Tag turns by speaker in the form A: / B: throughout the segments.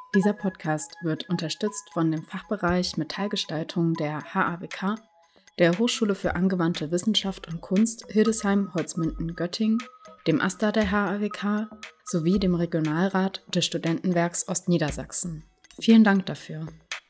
A: Dieser Podcast wird unterstützt von dem Fachbereich Metallgestaltung der HAWK, der Hochschule für angewandte Wissenschaft und Kunst Hildesheim-Holzminden-Göttingen, dem AStA der HAWK sowie dem Regionalrat des Studentenwerks Ostniedersachsen. Vielen Dank dafür.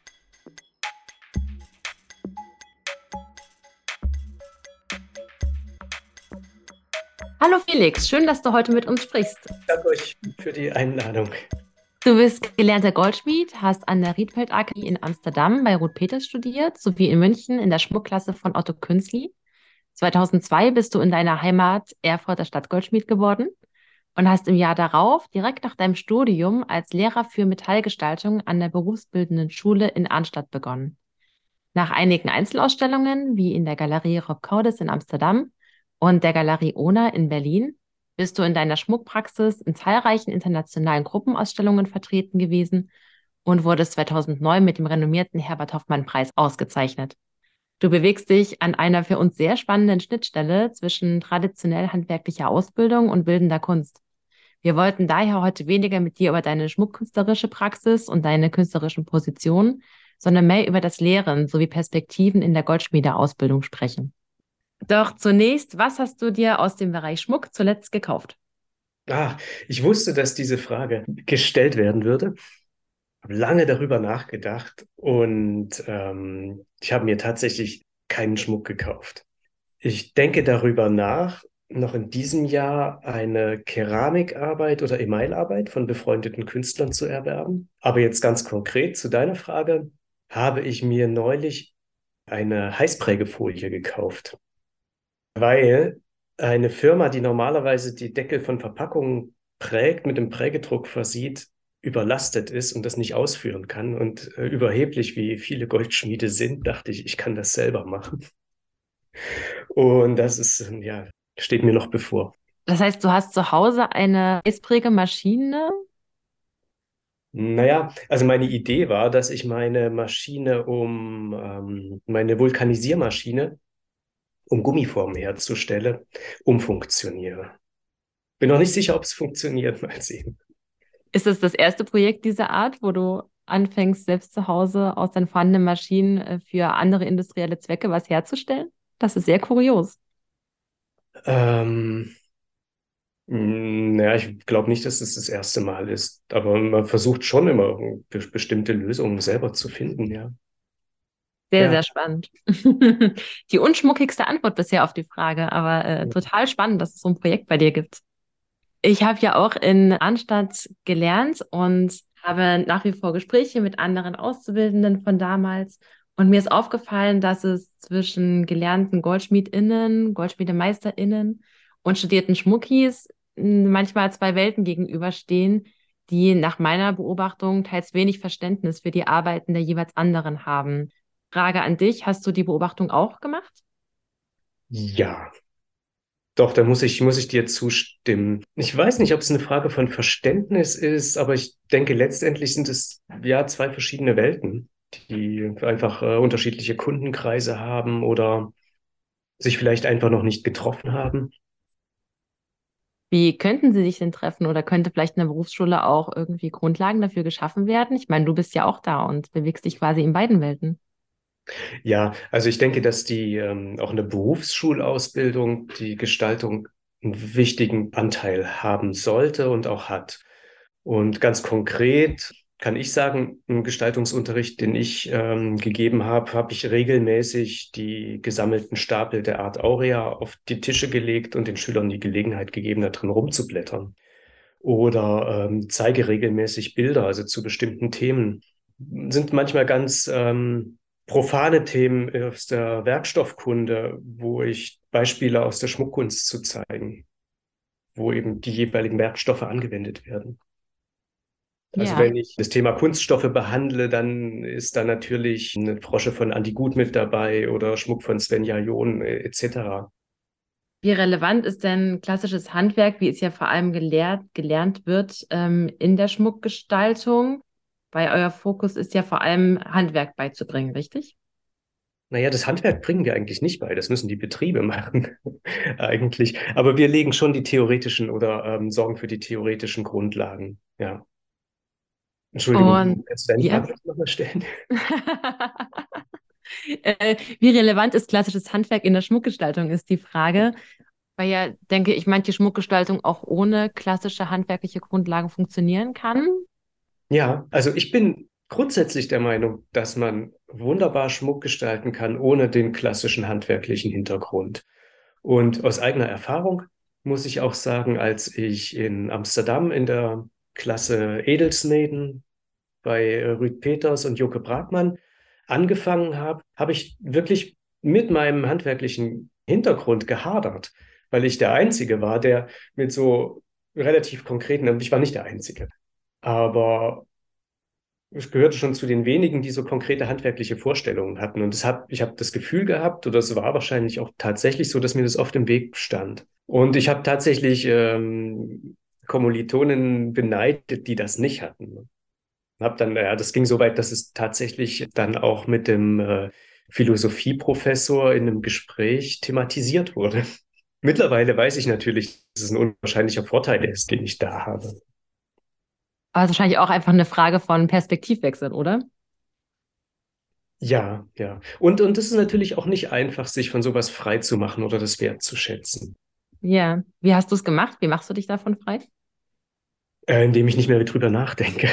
B: Hallo Felix, schön, dass du heute mit uns sprichst.
C: Danke euch für die Einladung.
B: Du bist gelernter Goldschmied, hast an der Rietveld Akademie in Amsterdam bei Ruth Peters studiert, sowie in München in der Schmuckklasse von Otto Künzli. 2002 bist du in deiner Heimat Erfurter Stadtgoldschmied geworden und hast im Jahr darauf, direkt nach deinem Studium, als Lehrer für Metallgestaltung an der berufsbildenden Schule in Arnstadt begonnen. Nach einigen Einzelausstellungen, wie in der Galerie Rob Coudis in Amsterdam und der Galerie Ona in Berlin, bist du in deiner Schmuckpraxis in zahlreichen internationalen Gruppenausstellungen vertreten gewesen und wurdest 2009 mit dem renommierten Herbert-Hoffmann-Preis ausgezeichnet. Du bewegst dich an einer für uns sehr spannenden Schnittstelle zwischen traditionell handwerklicher Ausbildung und bildender Kunst. Wir wollten daher heute weniger mit dir über deine schmuckkünstlerische Praxis und deine künstlerischen Positionen, sondern mehr über das Lehren sowie Perspektiven in der Goldschmiedeausbildung sprechen. Doch zunächst, was hast du dir aus dem Bereich Schmuck zuletzt gekauft?
C: Ich wusste, dass diese Frage gestellt werden würde. Habe lange darüber nachgedacht und ich habe mir tatsächlich keinen Schmuck gekauft. Ich denke darüber nach, noch in diesem Jahr eine Keramikarbeit oder Emailarbeit von befreundeten Künstlern zu erwerben. Aber jetzt ganz konkret zu deiner Frage, habe ich mir neulich eine Heißprägefolie gekauft, weil eine Firma, die normalerweise die Deckel von Verpackungen prägt, mit dem Prägedruck versieht, überlastet ist und das nicht ausführen kann. Und überheblich wie viele Goldschmiede sind, dachte ich, ich kann das selber machen. Und das ist, ja, steht mir noch bevor.
B: Das heißt, du hast zu Hause eine Eisprägemaschine?
C: Naja, also meine Idee war, dass ich meine Vulkanisiermaschine, um Gummiformen herzustellen, umfunktioniere. Bin noch nicht sicher, ob es funktioniert. Mal sehen.
B: Ist es das erste Projekt dieser Art, wo du anfängst, selbst zu Hause aus deinen vorhandenen Maschinen für andere industrielle Zwecke was herzustellen? Das ist sehr kurios.
C: Ähm, naja, ich glaube nicht, dass es das erste Mal ist, aber man versucht schon immer bestimmte Lösungen selber zu finden, ja.
B: Sehr,
C: Ja.
B: sehr spannend. Die unschmuckigste Antwort bisher auf die Frage, aber total spannend, dass es so ein Projekt bei dir gibt. Ich habe ja auch in Arnstadt gelernt und habe nach wie vor Gespräche mit anderen Auszubildenden von damals. Und mir ist aufgefallen, dass es zwischen gelernten GoldschmiedInnen, GoldschmiedemeisterInnen und studierten Schmuckis manchmal zwei Welten gegenüberstehen, die nach meiner Beobachtung teils wenig Verständnis für die Arbeiten der jeweils anderen haben. Frage an dich, hast du die Beobachtung auch gemacht?
C: Ja, doch, da muss ich dir zustimmen. Ich weiß nicht, ob es eine Frage von Verständnis ist, aber ich denke, letztendlich sind es ja zwei verschiedene Welten, die einfach unterschiedliche Kundenkreise haben oder sich vielleicht einfach noch nicht getroffen haben.
B: Wie könnten Sie sich denn treffen oder könnte vielleicht in der Berufsschule auch irgendwie Grundlagen dafür geschaffen werden? Ich meine, du bist ja auch da und bewegst dich quasi in beiden Welten.
C: Ja, also ich denke, dass die auch eine Berufsschulausbildung die Gestaltung einen wichtigen Anteil haben sollte und auch hat. Und ganz konkret kann ich sagen, im Gestaltungsunterricht, den ich gegeben habe, habe ich regelmäßig die gesammelten Stapel der Art Aurea auf die Tische gelegt und den Schülern die Gelegenheit gegeben, da drin rumzublättern. Oder zeige regelmäßig Bilder, also zu bestimmten Themen. Sind manchmal ganz profane Themen aus der Werkstoffkunde, wo ich Beispiele aus der Schmuckkunst zu zeigen, wo eben die jeweiligen Werkstoffe angewendet werden. Also
B: Ja.
C: wenn ich das Thema Kunststoffe behandle, dann ist da natürlich eine Frosche von Andi Gut mit dabei oder Schmuck von Svenja John etc.
B: Wie relevant ist denn klassisches Handwerk, wie es ja vor allem gelernt wird, in der Schmuckgestaltung? Weil euer Fokus ist ja vor allem Handwerk beizubringen, richtig?
C: Naja, das Handwerk bringen wir eigentlich nicht bei. Das müssen die Betriebe machen, eigentlich. Aber wir legen schon die theoretischen oder sorgen für die theoretischen Grundlagen. Ja. Entschuldigung,
B: Und
C: kannst du deine
B: wie,
C: Frage nochmal stellen?
B: wie relevant ist klassisches Handwerk in der Schmuckgestaltung, ist die Frage. Weil ja, denke ich, manche Schmuckgestaltung auch ohne klassische handwerkliche Grundlagen funktionieren kann.
C: Ja, also ich bin grundsätzlich der Meinung, dass man wunderbar Schmuck gestalten kann, ohne den klassischen handwerklichen Hintergrund. Und aus eigener Erfahrung muss ich auch sagen, als ich in Amsterdam in der Klasse Edelsmeden bei Ruud Peters und Joke Braakman angefangen habe, habe ich wirklich mit meinem handwerklichen Hintergrund gehadert, weil ich der Einzige war, der mit so relativ konkreten, und ich war nicht der Einzige, aber ich gehörte schon zu den wenigen, die so konkrete handwerkliche Vorstellungen hatten. Und ich habe das Gefühl gehabt, oder es war wahrscheinlich auch tatsächlich so, dass mir das oft im Weg stand. Und ich habe tatsächlich Kommilitonen beneidet, die das nicht hatten. Hab dann, ja, das ging so weit, dass es tatsächlich dann auch mit dem Philosophieprofessor in einem Gespräch thematisiert wurde. Mittlerweile weiß ich natürlich, dass es ein unwahrscheinlicher Vorteil ist, den ich da habe.
B: Aber es ist wahrscheinlich auch einfach eine Frage von Perspektivwechsel, oder?
C: Ja, ja. Und es ist natürlich auch nicht einfach, sich von sowas frei zu machen oder das wertzuschätzen,
B: Ja. Wie hast du es gemacht? Wie machst du dich davon frei?
C: indem ich nicht mehr drüber nachdenke.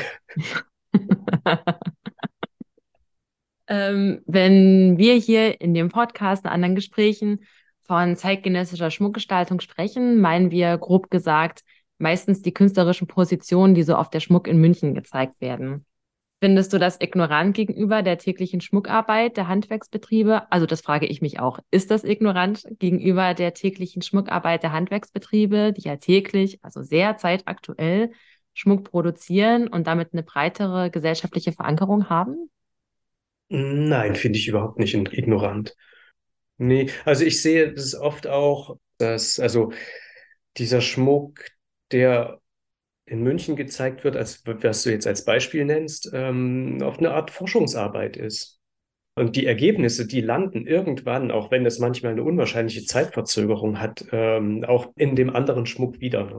B: Wenn wir hier in dem Podcast und anderen Gesprächen von zeitgenössischer Schmuckgestaltung sprechen, meinen wir grob gesagt meistens die künstlerischen Positionen, die so auf der Schmuck in München gezeigt werden. Findest du das ignorant gegenüber der täglichen Schmuckarbeit der Handwerksbetriebe? Also das frage ich mich auch. Ist das ignorant gegenüber der täglichen Schmuckarbeit der Handwerksbetriebe, die ja täglich, also sehr zeitaktuell, Schmuck produzieren und damit eine breitere gesellschaftliche Verankerung haben?
C: Nein, finde ich überhaupt nicht ignorant. Nee, also ich sehe das oft auch, dass, also dieser Schmuck, der in München gezeigt wird, als was du jetzt als Beispiel nennst, auf eine Art Forschungsarbeit ist. Und die Ergebnisse, die landen irgendwann, auch wenn das manchmal eine unwahrscheinliche Zeitverzögerung hat, auch in dem anderen Schmuck wieder. Ne?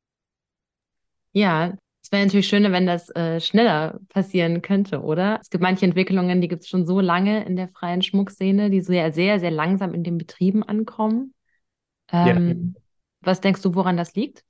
B: Ja, es wäre natürlich schöner, wenn das schneller passieren könnte, oder? Es gibt manche Entwicklungen, die gibt es schon so lange in der freien Schmuckszene, die so ja sehr, sehr langsam in den Betrieben ankommen.
C: Ja.
B: Ähm, Was denkst du, woran das liegt?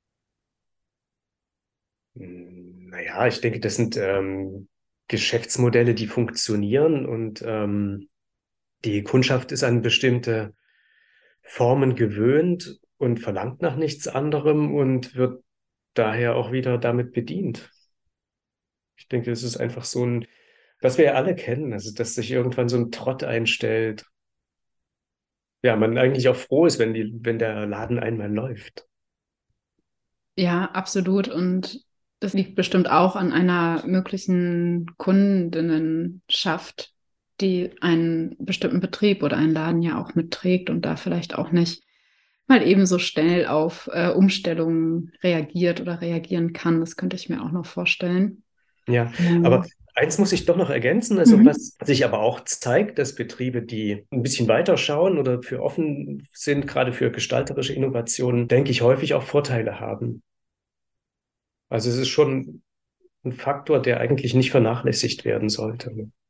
C: Naja, ich denke, das sind Geschäftsmodelle, die funktionieren und die Kundschaft ist an bestimmte Formen gewöhnt und verlangt nach nichts anderem und wird daher auch wieder damit bedient. Ich denke, es ist einfach so ein, was wir ja alle kennen, also dass sich irgendwann so ein Trott einstellt. Ja, man eigentlich auch froh ist, wenn der Laden einmal läuft.
A: Ja, absolut. Und das liegt bestimmt auch an einer möglichen Kundinnenschaft, die einen bestimmten Betrieb oder einen Laden ja auch mitträgt und da vielleicht auch nicht mal ebenso schnell auf Umstellungen reagiert oder reagieren kann. Das könnte ich mir auch noch vorstellen.
C: Ja, aber
A: Ähm,
C: eins muss ich doch noch ergänzen, also
A: mhm.
C: was sich aber auch zeigt, dass Betriebe, die ein bisschen weiter schauen oder für offen sind, gerade für gestalterische Innovationen, denke ich, häufig auch Vorteile haben. Also es ist schon ein Faktor, der eigentlich nicht vernachlässigt werden sollte.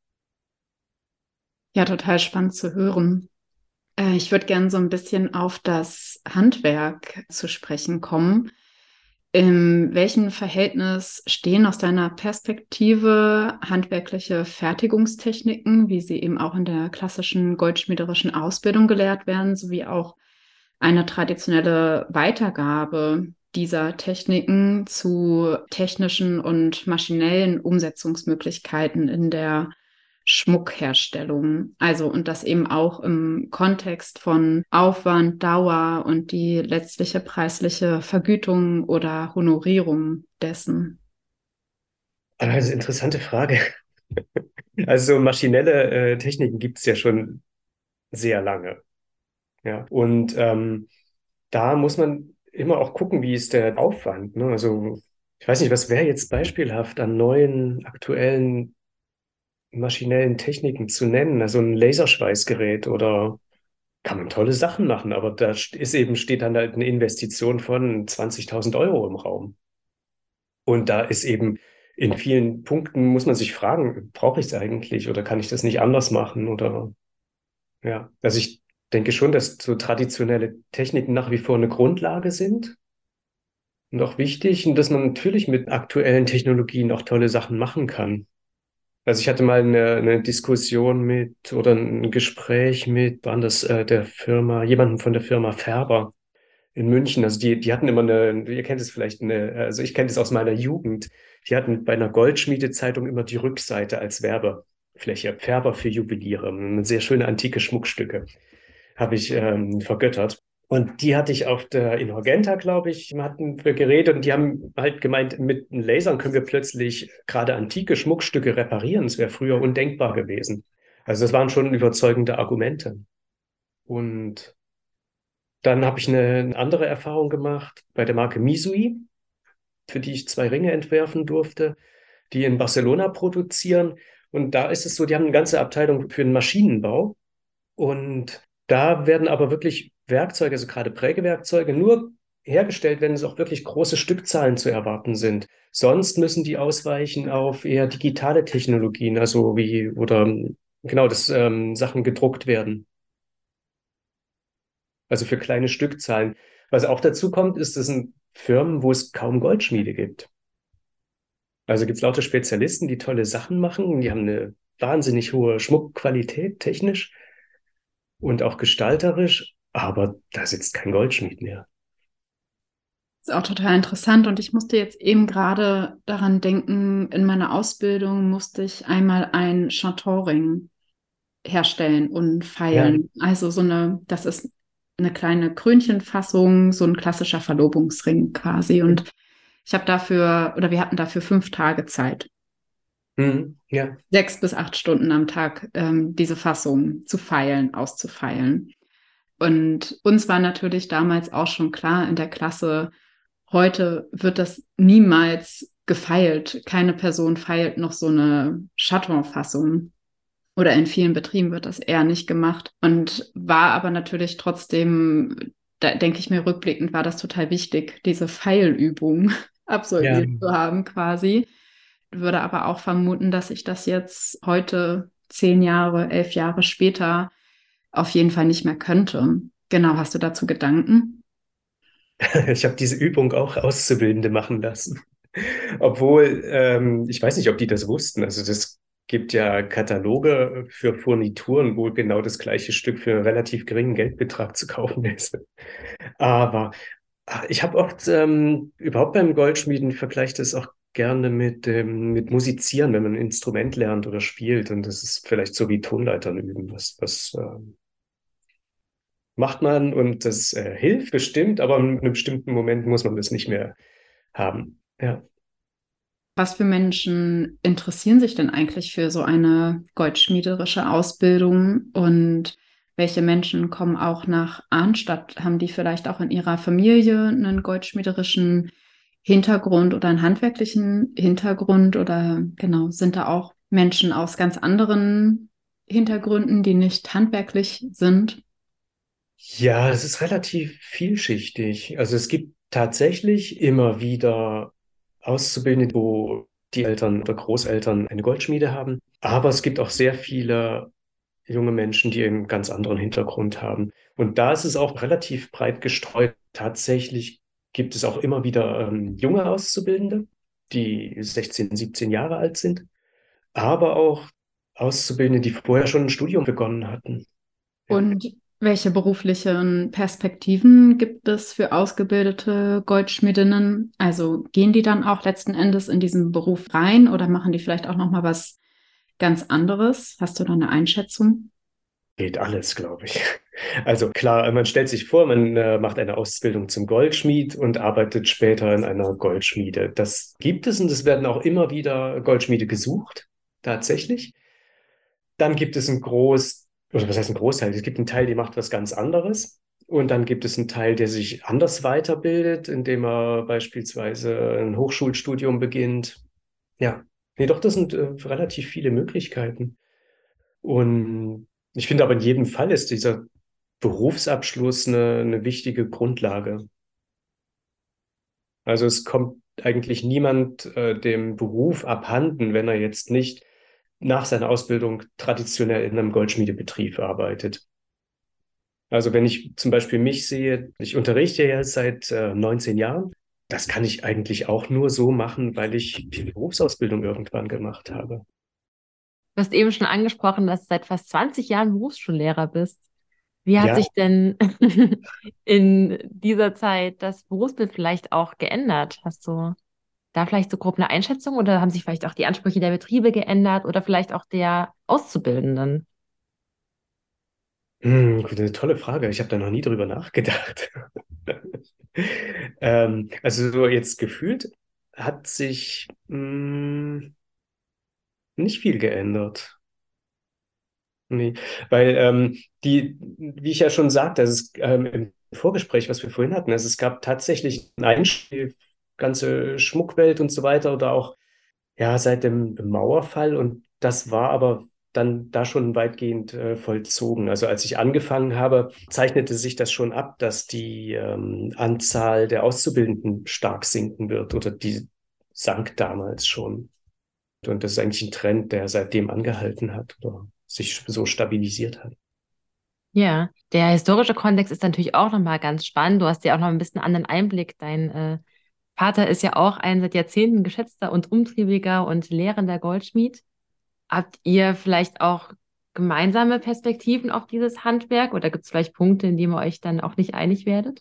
A: Ja, total spannend zu hören. Ich würde gerne so ein bisschen auf das Handwerk zu sprechen kommen. In welchem Verhältnis stehen aus deiner Perspektive handwerkliche Fertigungstechniken, wie sie eben auch in der klassischen goldschmiederischen Ausbildung gelehrt werden, sowie auch eine traditionelle Weitergabe dieser Techniken zu technischen und maschinellen Umsetzungsmöglichkeiten in der Schmuckherstellung? Also, und das eben auch im Kontext von Aufwand, Dauer und die letztliche preisliche Vergütung oder Honorierung dessen.
C: Also interessante Frage. Also maschinelle Techniken gibt es ja schon sehr lange. Ja. Und da muss man immer auch gucken, wie ist der Aufwand. Ne? Also ich weiß nicht, was wäre jetzt beispielhaft an neuen, aktuellen maschinellen Techniken zu nennen? Also ein Laserschweißgerät oder kann man tolle Sachen machen, aber steht dann halt eine Investition von 20.000 Euro im Raum. Und da ist eben in vielen Punkten muss man sich fragen, brauche ich es eigentlich oder kann ich das nicht anders machen? Oder ja, also ich denke schon, dass so traditionelle Techniken nach wie vor eine Grundlage sind und auch wichtig und dass man natürlich mit aktuellen Technologien auch tolle Sachen machen kann. Also ich hatte mal eine Diskussion mit oder ein Gespräch mit, waren das der Firma, jemanden von der Firma Färber in München. Also die hatten immer ihr kennt es vielleicht, also ich kenne es aus meiner Jugend. Die hatten bei einer Goldschmiedezeitung immer die Rückseite als Werbefläche. Färber für Juweliere. Sehr schöne antike Schmuckstücke habe ich vergöttert. Und die hatte ich auf der in Horgenta, glaube ich, hatten wir geredet und die haben halt gemeint, mit den Lasern können wir plötzlich gerade antike Schmuckstücke reparieren. Das wäre früher undenkbar gewesen. Also das waren schon überzeugende Argumente. Und dann habe ich eine andere Erfahrung gemacht bei der Marke Misui, für die ich 2 Ringe entwerfen durfte, die in Barcelona produzieren. Und da ist es so, die haben eine ganze Abteilung für den Maschinenbau. Und da werden aber wirklich Werkzeuge, also gerade Prägewerkzeuge, nur hergestellt, wenn es auch wirklich große Stückzahlen zu erwarten sind. Sonst müssen die ausweichen auf eher digitale Technologien, also wie, oder genau, dass Sachen gedruckt werden. Also für kleine Stückzahlen. Was auch dazu kommt, ist, das sind Firmen, wo es kaum Goldschmiede gibt. Also gibt es lauter Spezialisten, die tolle Sachen machen. Die haben eine wahnsinnig hohe Schmuckqualität, technisch und auch gestalterisch, aber da sitzt kein Goldschmied mehr.
A: Ist auch total interessant und ich musste jetzt eben gerade daran denken, in meiner Ausbildung musste ich einmal ein Chantorring herstellen und
C: Ja,
A: feilen. Also das ist eine kleine Krönchenfassung, so ein klassischer Verlobungsring quasi. Und wir hatten dafür 5 Tage Zeit,
C: ja.
A: 6 bis 8 Stunden am Tag, diese Fassung zu feilen, auszufeilen. Und uns war natürlich damals auch schon klar in der Klasse, heute wird das niemals gefeilt. Keine Person feilt noch so eine Chaton-Fassung. Oder in vielen Betrieben wird das eher nicht gemacht. Und war aber natürlich trotzdem, da denke ich mir rückblickend, war das total wichtig, diese Feilübung
C: Ja,
A: absolviert zu haben quasi. Würde aber auch vermuten, dass ich das jetzt heute 10 Jahre, 11 Jahre später auf jeden Fall nicht mehr könnte. Genau, hast du dazu Gedanken?
C: ich habe diese Übung auch Auszubildende machen lassen. Obwohl, ich weiß nicht, ob die das wussten. Also das gibt ja Kataloge für Furnituren, wo genau das gleiche Stück für einen relativ geringen Geldbetrag zu kaufen ist. Aber ich habe oft überhaupt beim Goldschmieden vergleiche das auch gerne mit Musizieren, wenn man ein Instrument lernt oder spielt. Und das ist vielleicht so wie Tonleitern üben. Was macht man und das hilft bestimmt, aber in einem bestimmten Moment muss man das nicht mehr haben. Ja.
A: Was für Menschen interessieren sich denn eigentlich für so eine goldschmiederische Ausbildung und welche Menschen kommen auch nach Arnstadt? Haben die vielleicht auch in ihrer Familie einen goldschmiederischen Hintergrund oder einen handwerklichen Hintergrund oder genau, sind da auch Menschen aus ganz anderen Hintergründen, die nicht handwerklich sind?
C: Ja, es ist relativ vielschichtig. Also es gibt tatsächlich immer wieder Auszubildende, wo die Eltern oder Großeltern eine Goldschmiede haben. Aber es gibt auch sehr viele junge Menschen, die einen ganz anderen Hintergrund haben. Und da ist es auch relativ breit gestreut. Tatsächlich gibt es auch immer wieder junge Auszubildende, die 16, 17 Jahre alt sind, aber auch Auszubildende, die vorher schon ein Studium begonnen hatten. Ja.
A: Und welche beruflichen Perspektiven gibt es für ausgebildete Goldschmiedinnen? Also gehen die dann auch letzten Endes in diesen Beruf rein oder machen die vielleicht auch noch mal was ganz anderes? Hast du da eine Einschätzung?
C: Geht alles, glaube ich. Also klar, man stellt sich vor, man macht eine Ausbildung zum Goldschmied und arbeitet später in einer Goldschmiede. Das gibt es und es werden auch immer wieder Goldschmiede gesucht, tatsächlich. Dann gibt es oder was heißt ein Großteil? Es gibt einen Teil, der macht was ganz anderes. Und dann gibt es einen Teil, der sich anders weiterbildet, indem er beispielsweise ein Hochschulstudium beginnt. Ja, nee, doch, das sind relativ viele Möglichkeiten. Und ich finde aber in jedem Fall ist dieser Berufsabschluss eine wichtige Grundlage. Also es kommt eigentlich niemand dem Beruf abhanden, wenn er jetzt nicht nach seiner Ausbildung traditionell in einem Goldschmiedebetrieb arbeitet. Also wenn ich zum Beispiel mich sehe, ich unterrichte ja seit 19 Jahren. Das kann ich eigentlich auch nur so machen, weil ich die Berufsausbildung irgendwann gemacht habe.
B: Du hast eben schon angesprochen, dass du seit fast 20 Jahren Berufsschullehrer bist. Wie hat
C: Ja,
B: sich denn in dieser Zeit das Berufsbild vielleicht auch geändert? Hast du da vielleicht so grob eine Einschätzung oder haben sich vielleicht auch die Ansprüche der Betriebe geändert oder vielleicht auch der Auszubildenden?
C: eine tolle Frage. Ich habe da noch nie drüber nachgedacht. Also so jetzt gefühlt hat sich nicht viel geändert. Nee, weil wie ich ja schon sagte, im Vorgespräch, was wir vorhin hatten, also es gab tatsächlich einen Einstieg, ganze Schmuckwelt und so weiter oder auch ja seit dem Mauerfall und das war aber dann da schon weitgehend vollzogen. Also als ich angefangen habe, zeichnete sich das schon ab, dass die Anzahl der Auszubildenden stark sinken wird oder die sank damals schon. Und das ist eigentlich ein Trend, der seitdem angehalten hat oder sich so stabilisiert hat.
B: Ja, der historische Kontext ist natürlich auch nochmal ganz spannend. Du hast ja auch noch ein bisschen anderen Einblick. Dein Vater ist ja auch ein seit Jahrzehnten geschätzter und umtriebiger und lehrender Goldschmied. Habt ihr vielleicht auch gemeinsame Perspektiven auf dieses Handwerk oder gibt es vielleicht Punkte, in denen ihr euch dann auch nicht einig werdet?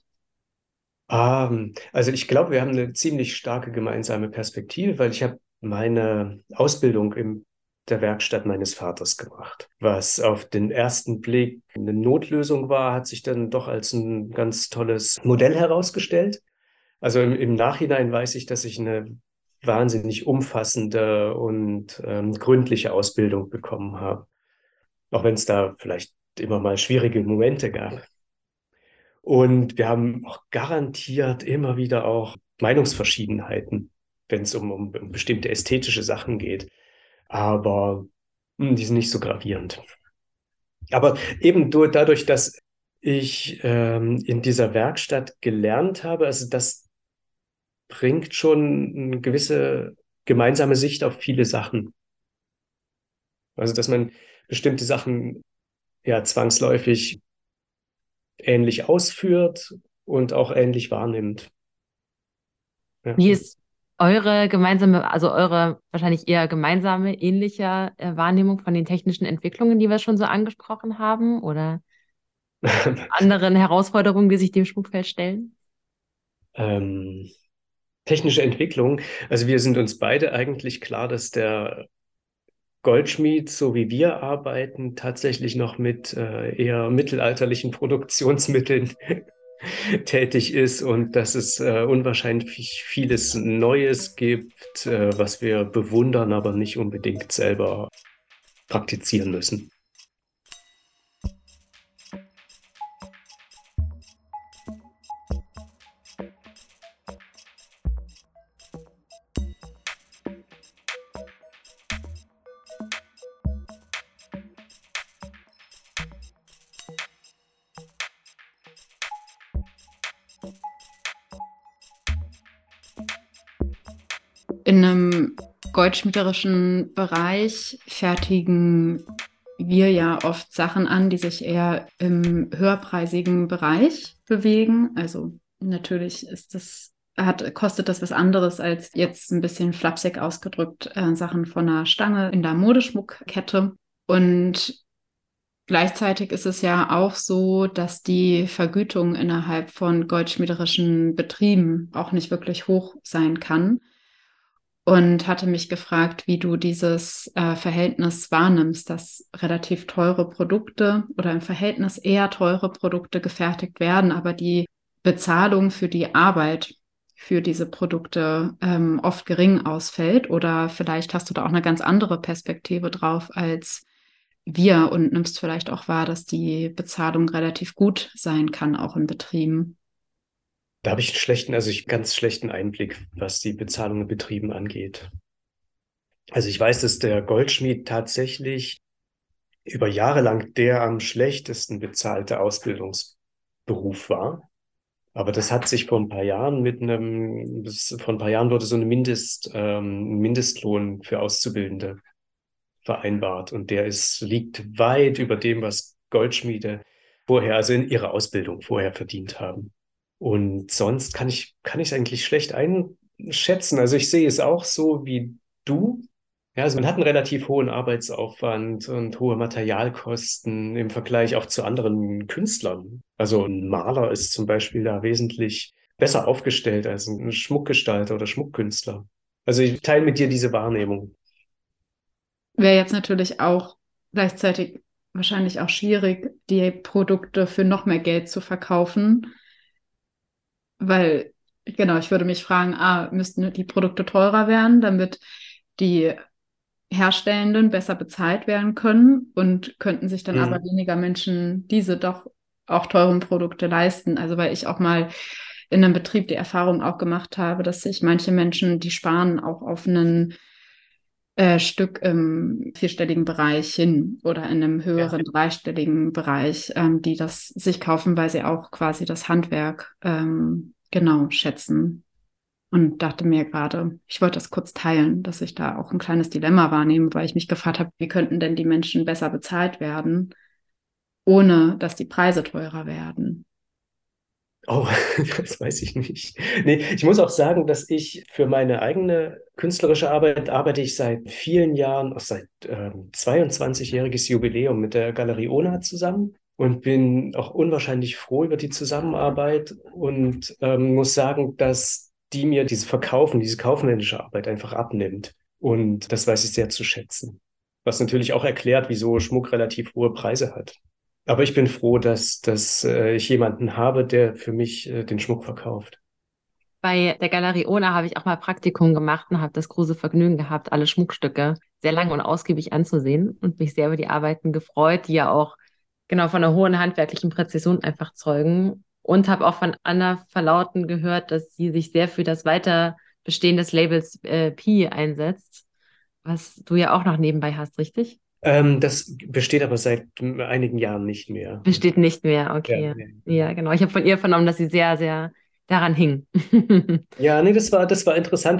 C: Also ich glaube, wir haben eine ziemlich starke gemeinsame Perspektive, weil ich habe meine Ausbildung in der Werkstatt meines Vaters gemacht. Was auf den ersten Blick eine Notlösung war, hat sich dann doch als ein ganz tolles Modell herausgestellt. Also im Nachhinein weiß ich, dass ich eine wahnsinnig umfassende und gründliche Ausbildung bekommen habe, auch wenn es da vielleicht immer mal schwierige Momente gab. Und wir haben auch garantiert immer wieder auch Meinungsverschiedenheiten, wenn es um bestimmte ästhetische Sachen geht. Aber die sind nicht so gravierend. Aber eben dadurch, dass ich in dieser Werkstatt gelernt habe, also das bringt schon eine gewisse gemeinsame Sicht auf viele Sachen. Also dass man bestimmte Sachen ja zwangsläufig ähnlich ausführt und auch ähnlich wahrnimmt. Ja.
B: Wie ist eure gemeinsame, also eure wahrscheinlich eher gemeinsame, ähnliche Wahrnehmung von den technischen Entwicklungen, die wir schon so angesprochen haben oder anderen Herausforderungen, die sich dem Schmuckfeld stellen?
C: ähm, Technische Entwicklung. Also wir sind uns beide eigentlich klar, dass der Goldschmied, so wie wir arbeiten, tatsächlich noch mit eher mittelalterlichen Produktionsmitteln tätig ist und dass es unwahrscheinlich vieles Neues gibt, was wir bewundern, aber nicht unbedingt selber praktizieren müssen.
A: In einem goldschmiederischen Bereich fertigen wir ja oft Sachen an, die sich eher im höherpreisigen Bereich bewegen. Also natürlich kostet das was anderes als jetzt ein bisschen flapsig ausgedrückt Sachen von einer Stange in der Modeschmuckkette. Und gleichzeitig ist es ja auch so, dass die Vergütung innerhalb von goldschmiederischen Betrieben auch nicht wirklich hoch sein kann und hatte mich gefragt, wie du dieses Verhältnis wahrnimmst, dass relativ teure Produkte oder im Verhältnis eher teure Produkte gefertigt werden, aber die Bezahlung für die Arbeit für diese Produkte oft gering ausfällt. Oder vielleicht hast du da auch eine ganz andere Perspektive drauf als wir und nimmst vielleicht auch wahr, dass die Bezahlung relativ gut sein kann, auch in Betrieben.
C: Da habe ich ganz schlechten Einblick, was die Bezahlung in Betrieben angeht. Also ich weiß, dass der Goldschmied tatsächlich über Jahre lang der am schlechtesten bezahlte Ausbildungsberuf war. Aber das hat sich vor ein paar Jahren vor ein paar Jahren wurde so ein Mindestlohn für Auszubildende vereinbart. Und liegt weit über dem, was Goldschmiede vorher, also in ihrer Ausbildung vorher verdient haben. Und sonst kann ich es eigentlich schlecht einschätzen. Also ich sehe es auch so wie du. Ja, also man hat einen relativ hohen Arbeitsaufwand und hohe Materialkosten im Vergleich auch zu anderen Künstlern. Also ein Maler ist zum Beispiel da wesentlich besser aufgestellt als ein Schmuckgestalter oder Schmuckkünstler. Also ich teile mit dir diese Wahrnehmung.
A: Wäre jetzt natürlich auch gleichzeitig wahrscheinlich auch schwierig, die Produkte für noch mehr Geld zu verkaufen, weil, genau, ich würde mich fragen, müssten die Produkte teurer werden, damit die Herstellenden besser bezahlt werden können und könnten sich dann aber
C: Mhm.
A: weniger Menschen diese doch auch teuren Produkte leisten. Also weil ich auch mal in einem Betrieb die Erfahrung auch gemacht habe, dass sich manche Menschen, die sparen auch auf einen Stück im vierstelligen Bereich hin oder in einem
C: Ja.
A: höheren dreistelligen Bereich, die das sich kaufen, weil sie auch quasi das Handwerk genau schätzen. Und dachte mir gerade, ich wollte das kurz teilen, dass ich da auch ein kleines Dilemma wahrnehme, weil ich mich gefragt habe, wie könnten denn die Menschen besser bezahlt werden, ohne dass die Preise teurer werden.
C: Oh, das weiß ich nicht. Nee, ich muss auch sagen, dass ich für meine eigene künstlerische Arbeit arbeite ich seit vielen Jahren, auch seit 22-jähriges Jubiläum mit der Galerie Ona zusammen und bin auch unwahrscheinlich froh über die Zusammenarbeit und muss sagen, dass die mir diese kaufmännische Arbeit einfach abnimmt. Und das weiß ich sehr zu schätzen. Was natürlich auch erklärt, wieso Schmuck relativ hohe Preise hat. Aber ich bin froh, dass ich jemanden habe, der für mich den Schmuck verkauft.
B: Bei der Galerie Ona habe ich auch mal Praktikum gemacht und habe das große Vergnügen gehabt, alle Schmuckstücke sehr lang und ausgiebig anzusehen und mich sehr über die Arbeiten gefreut, die ja auch genau von einer hohen handwerklichen Präzision einfach zeugen. Und habe auch von Anna Verlauten gehört, dass sie sich sehr für das Weiterbestehen des Labels Pi einsetzt, was du ja auch noch nebenbei hast, richtig?
C: Das besteht aber seit einigen Jahren nicht mehr.
B: Besteht nicht mehr,
C: Ja,
B: okay.
C: ja.
B: Ja, genau. Ich habe von ihr vernommen, dass sie sehr, sehr daran hing.
C: Ja, nee, das war interessant.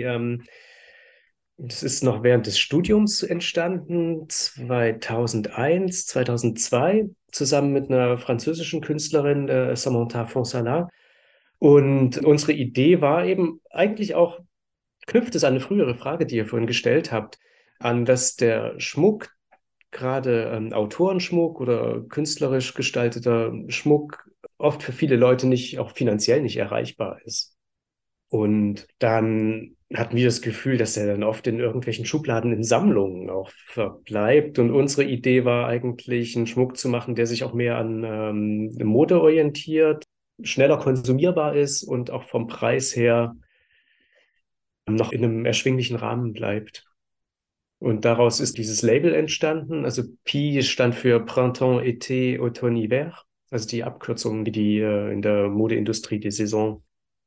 C: Das ist noch während des Studiums entstanden, 2001, 2002, zusammen mit einer französischen Künstlerin, Samantha Fonsala. Und unsere Idee war eben eigentlich auch, knüpft es an eine frühere Frage, die ihr vorhin gestellt habt, an, dass der Schmuck, gerade Autorenschmuck oder künstlerisch gestalteter Schmuck, oft für viele Leute auch finanziell nicht erreichbar ist. Und dann hatten wir das Gefühl, dass er dann oft in irgendwelchen Schubladen in Sammlungen auch verbleibt. Und unsere Idee war eigentlich, einen Schmuck zu machen, der sich auch mehr an Mode orientiert, schneller konsumierbar ist und auch vom Preis her noch in einem erschwinglichen Rahmen bleibt. Und daraus ist dieses Label entstanden. Also Pi stand für Printemps, Été, Automne, Hiver. Also die Abkürzung, die in der Modeindustrie die Saison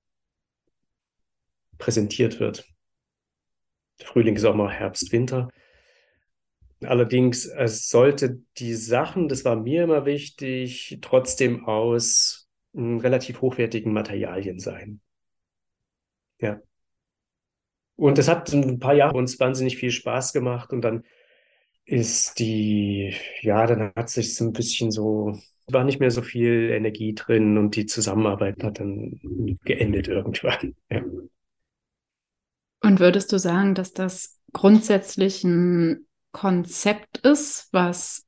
C: präsentiert wird. Frühling, Sommer, Herbst, Winter. Allerdings, es sollte die Sachen, das war mir immer wichtig, trotzdem aus relativ hochwertigen Materialien sein. Ja. Und das hat ein paar Jahre uns wahnsinnig viel Spaß gemacht und dann dann hat sich so ein bisschen so, war nicht mehr so viel Energie drin und die Zusammenarbeit hat dann geendet irgendwann. Ja.
A: Und würdest du sagen, dass das grundsätzlich ein Konzept ist, was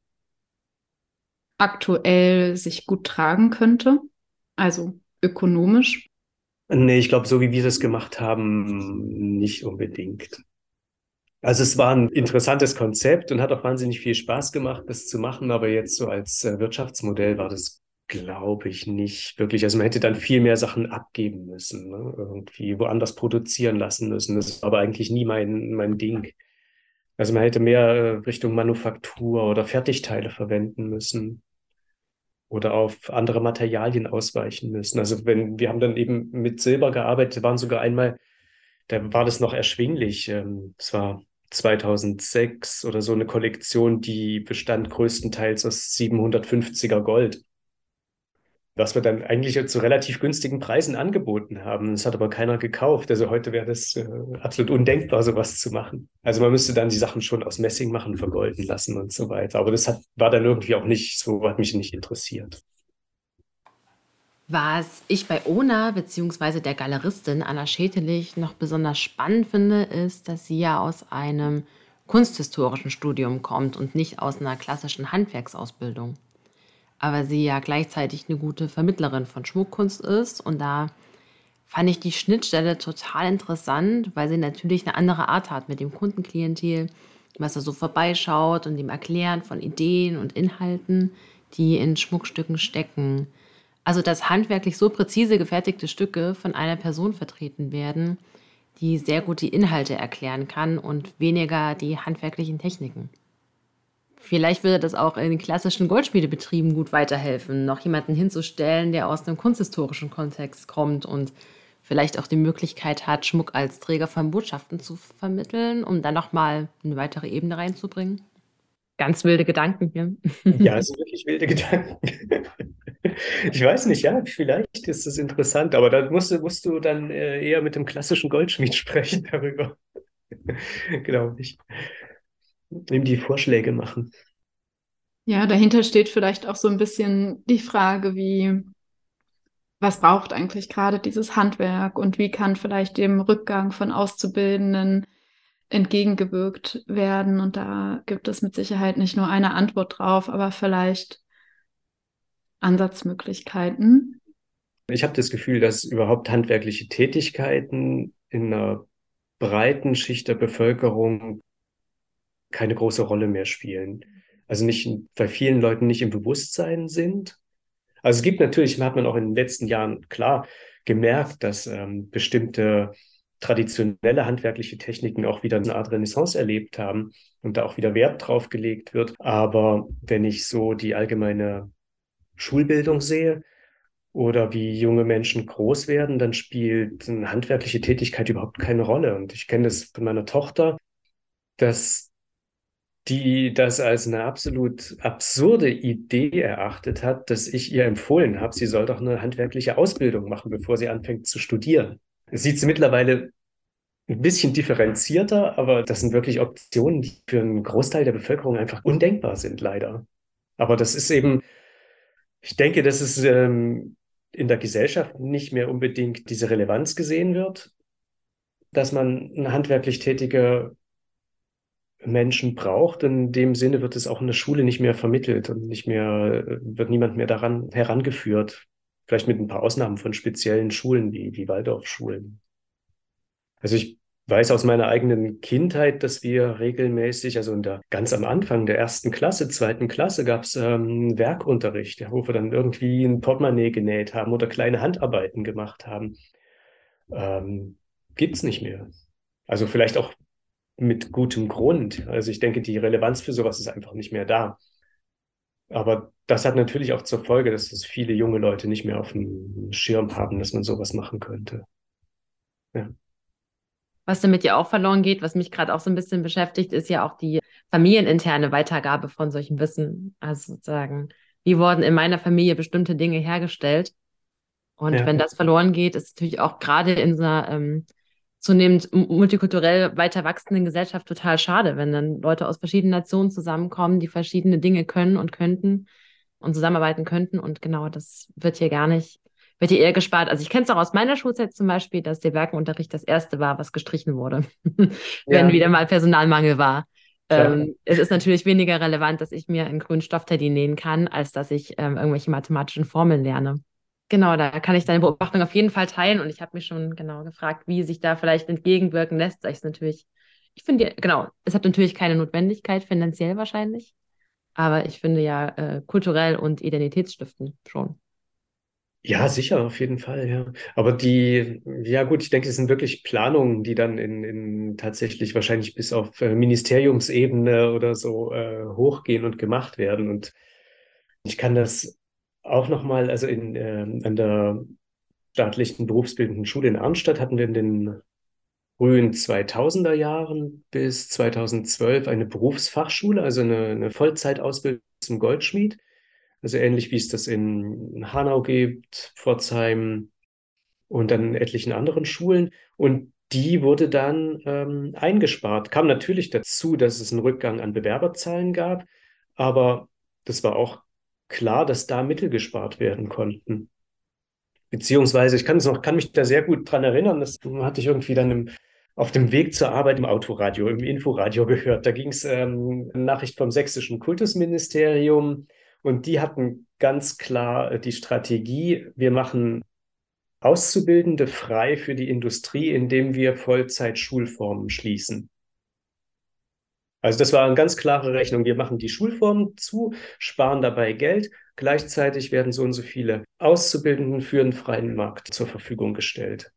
A: aktuell sich gut tragen könnte? Also ökonomisch?
C: Nee, ich glaube, so wie wir das gemacht haben, nicht unbedingt. Also es war ein interessantes Konzept und hat auch wahnsinnig viel Spaß gemacht, das zu machen, aber jetzt so als Wirtschaftsmodell war das, glaube ich, nicht wirklich. Also man hätte dann viel mehr Sachen abgeben müssen, ne? Irgendwie woanders produzieren lassen müssen. Das war aber eigentlich nie mein Ding. Also man hätte mehr Richtung Manufaktur oder Fertigteile verwenden müssen oder auf andere Materialien ausweichen müssen. Also wir haben dann eben mit Silber gearbeitet, waren sogar einmal, da war das noch erschwinglich. Es war 2006 oder so eine Kollektion, die bestand größtenteils aus 750er Gold. was wir dann eigentlich zu relativ günstigen Preisen angeboten haben. Das hat aber keiner gekauft. Also heute wäre das absolut undenkbar, sowas zu machen. Also man müsste dann die Sachen schon aus Messing machen, vergolden lassen und so weiter. Aber war dann irgendwie auch nicht, so hat mich nicht interessiert.
B: Was ich bei Ona bzw. der Galeristin Anna Schetelich noch besonders spannend finde, ist, dass sie ja aus einem kunsthistorischen Studium kommt und nicht aus einer klassischen Handwerksausbildung. Aber sie ja gleichzeitig eine gute Vermittlerin von Schmuckkunst ist. Und da fand ich die Schnittstelle total interessant, weil sie natürlich eine andere Art hat mit dem Kundenklientel, was da so vorbeischaut und dem Erklären von Ideen und Inhalten, die in Schmuckstücken stecken. Also, dass handwerklich so präzise gefertigte Stücke von einer Person vertreten werden, die sehr gut die Inhalte erklären kann und weniger die handwerklichen Techniken. Vielleicht würde das auch in den klassischen Goldschmiedebetrieben gut weiterhelfen, noch jemanden hinzustellen, der aus einem kunsthistorischen Kontext kommt und vielleicht auch die Möglichkeit hat, Schmuck als Träger von Botschaften zu vermitteln, um dann nochmal eine weitere Ebene reinzubringen. Ganz wilde Gedanken hier.
C: Ja, es sind wirklich wilde Gedanken. Ich weiß nicht, ja, vielleicht ist es interessant, aber dann musst du dann eher mit dem klassischen Goldschmied sprechen darüber. Glaube ich. Ihm die Vorschläge machen.
A: Ja, dahinter steht vielleicht auch so ein bisschen die Frage, was braucht eigentlich gerade dieses Handwerk und wie kann vielleicht dem Rückgang von Auszubildenden entgegengewirkt werden. Und da gibt es mit Sicherheit nicht nur eine Antwort drauf, aber vielleicht Ansatzmöglichkeiten.
C: Ich habe das Gefühl, dass überhaupt handwerkliche Tätigkeiten in einer breiten Schicht der Bevölkerung keine große Rolle mehr spielen. Also nicht bei vielen Leuten nicht im Bewusstsein sind. Also es gibt natürlich, hat man auch in den letzten Jahren klar gemerkt, dass bestimmte traditionelle handwerkliche Techniken auch wieder eine Art Renaissance erlebt haben und da auch wieder Wert drauf gelegt wird. Aber wenn ich so die allgemeine Schulbildung sehe oder wie junge Menschen groß werden, dann spielt eine handwerkliche Tätigkeit überhaupt keine Rolle. Und ich kenne das von meiner Tochter, dass die das als eine absolut absurde Idee erachtet hat, dass ich ihr empfohlen habe, sie soll doch eine handwerkliche Ausbildung machen, bevor sie anfängt zu studieren. Das sieht sie mittlerweile ein bisschen differenzierter, aber das sind wirklich Optionen, die für einen Großteil der Bevölkerung einfach undenkbar sind, leider. Aber das ist eben, ich denke, dass es in der Gesellschaft nicht mehr unbedingt diese Relevanz gesehen wird, dass man eine handwerklich tätige Menschen braucht. In dem Sinne wird es auch in der Schule nicht mehr vermittelt und nicht mehr, wird niemand mehr daran herangeführt. Vielleicht mit ein paar Ausnahmen von speziellen Schulen wie Waldorfschulen. Also ich weiß aus meiner eigenen Kindheit, dass wir regelmäßig, also ganz am Anfang der ersten Klasse, zweiten Klasse, gab es Werkunterricht, ja, wo wir dann irgendwie ein Portemonnaie genäht haben oder kleine Handarbeiten gemacht haben. Ähm, Gibt's nicht mehr. Also vielleicht auch mit gutem Grund. Also ich denke, die Relevanz für sowas ist einfach nicht mehr da. Aber das hat natürlich auch zur Folge, dass es viele junge Leute nicht mehr auf dem Schirm haben, dass man sowas machen könnte. Ja,
B: Was damit ja auch verloren geht, was mich gerade auch so ein bisschen beschäftigt, ist ja auch die familieninterne Weitergabe von solchem Wissen. Also sozusagen, wie wurden in meiner Familie bestimmte Dinge hergestellt? Und
C: ja,
B: wenn das verloren geht, ist es natürlich auch gerade in so einer zunehmend multikulturell weiter wachsenden Gesellschaft total schade, wenn dann Leute aus verschiedenen Nationen zusammenkommen, die verschiedene Dinge können und könnten und zusammenarbeiten könnten. Und genau, das wird hier gar nicht, wird hier eher gespart. Also ich kenne es auch aus meiner Schulzeit zum Beispiel, dass der Werkenunterricht das erste war, was gestrichen wurde, wenn
C: ja,
B: wieder mal Personalmangel war.
C: klar.
B: Es ist natürlich weniger relevant, dass ich mir einen grünen Stoffteddy nähen kann, als dass ich irgendwelche mathematischen Formeln lerne. Genau, da kann ich deine Beobachtung auf jeden Fall teilen und ich habe mich schon genau gefragt, wie sich da vielleicht entgegenwirken lässt. Ich natürlich, ich finde, genau, es hat natürlich keine Notwendigkeit, finanziell wahrscheinlich, aber ich finde ja kulturell und identitätsstiftend schon.
C: Ja, sicher, auf jeden Fall, ja. Aber ja gut, ich denke, es sind wirklich Planungen, die dann in tatsächlich wahrscheinlich bis auf Ministeriumsebene oder so hochgehen und gemacht werden. Und ich kann das auch nochmal, also an der staatlichen berufsbildenden Schule in Arnstadt hatten wir in den frühen 2000er Jahren bis 2012 eine Berufsfachschule, also eine Vollzeitausbildung zum Goldschmied. Also ähnlich wie es das in Hanau gibt, Pforzheim und dann in etlichen anderen Schulen. Und die wurde dann eingespart. Kam natürlich dazu, dass es einen Rückgang an Bewerberzahlen gab, aber das war auch klar, dass da Mittel gespart werden konnten. Beziehungsweise, kann mich da sehr gut dran erinnern, das hatte ich irgendwie dann auf dem Weg zur Arbeit im Autoradio, im Inforadio gehört. Da ging es eine Nachricht vom sächsischen Kultusministerium und die hatten ganz klar die Strategie, wir machen Auszubildende frei für die Industrie, indem wir Vollzeit-Schulformen schließen. Also das war eine ganz klare Rechnung. Wir machen die Schulformen zu, sparen dabei Geld. Gleichzeitig werden so und so viele Auszubildenden für den freien Markt zur Verfügung gestellt.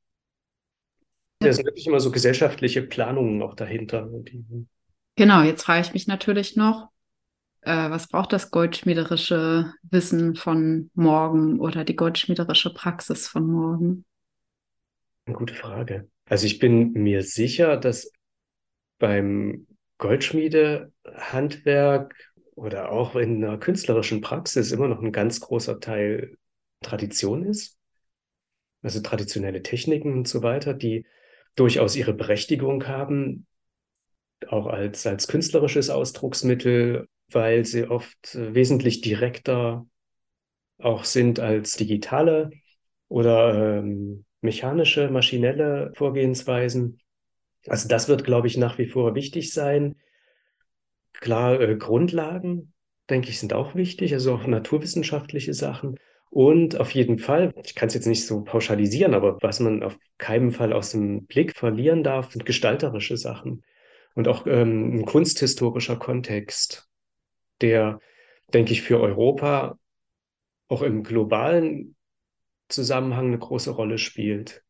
C: Da sind wirklich immer so gesellschaftliche Planungen auch dahinter.
A: Genau, jetzt frage ich mich natürlich noch, was braucht das goldschmiederische Wissen von morgen oder die goldschmiederische Praxis von morgen?
C: Eine gute Frage. Also ich bin mir sicher, dass beim Goldschmiedehandwerk oder auch in einer künstlerischen Praxis immer noch ein ganz großer Teil Tradition ist. Also traditionelle Techniken und so weiter, die durchaus ihre Berechtigung haben, auch als künstlerisches Ausdrucksmittel, weil sie oft wesentlich direkter auch sind als digitale oder mechanische, maschinelle Vorgehensweisen. Also das wird, glaube ich, nach wie vor wichtig sein. Klar, Grundlagen, denke ich, sind auch wichtig, also auch naturwissenschaftliche Sachen. Und auf jeden Fall, ich kann es jetzt nicht so pauschalisieren, aber was man auf keinen Fall aus dem Blick verlieren darf, sind gestalterische Sachen. Und auch ein kunsthistorischer Kontext, der, denke ich, für Europa auch im globalen Zusammenhang eine große Rolle spielt.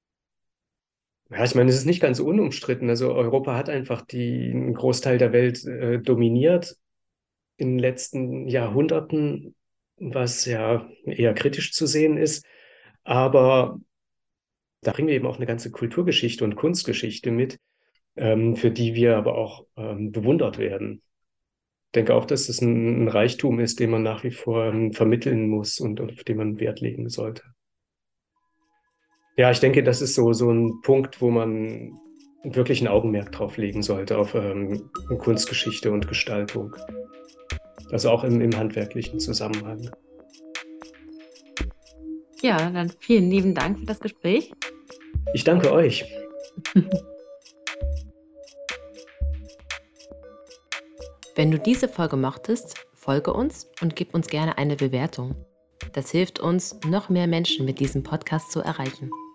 C: Ja, ich meine, es ist nicht ganz unumstritten. Also Europa hat einfach einen Großteil der Welt dominiert in den letzten Jahrhunderten, was ja eher kritisch zu sehen ist. Aber da bringen wir eben auch eine ganze Kulturgeschichte und Kunstgeschichte mit, für die wir aber auch bewundert werden. Ich denke auch, dass es ein Reichtum ist, den man nach wie vor vermitteln muss und auf den man Wert legen sollte. Ja, ich denke, das ist so ein Punkt, wo man wirklich ein Augenmerk drauf legen sollte, auf Kunstgeschichte und Gestaltung. Also auch im handwerklichen Zusammenhang.
B: Ja, dann vielen lieben Dank für das Gespräch.
C: Ich danke euch.
B: Wenn du diese Folge mochtest, folge uns und gib uns gerne eine Bewertung. Das hilft uns, noch mehr Menschen mit diesem Podcast zu erreichen.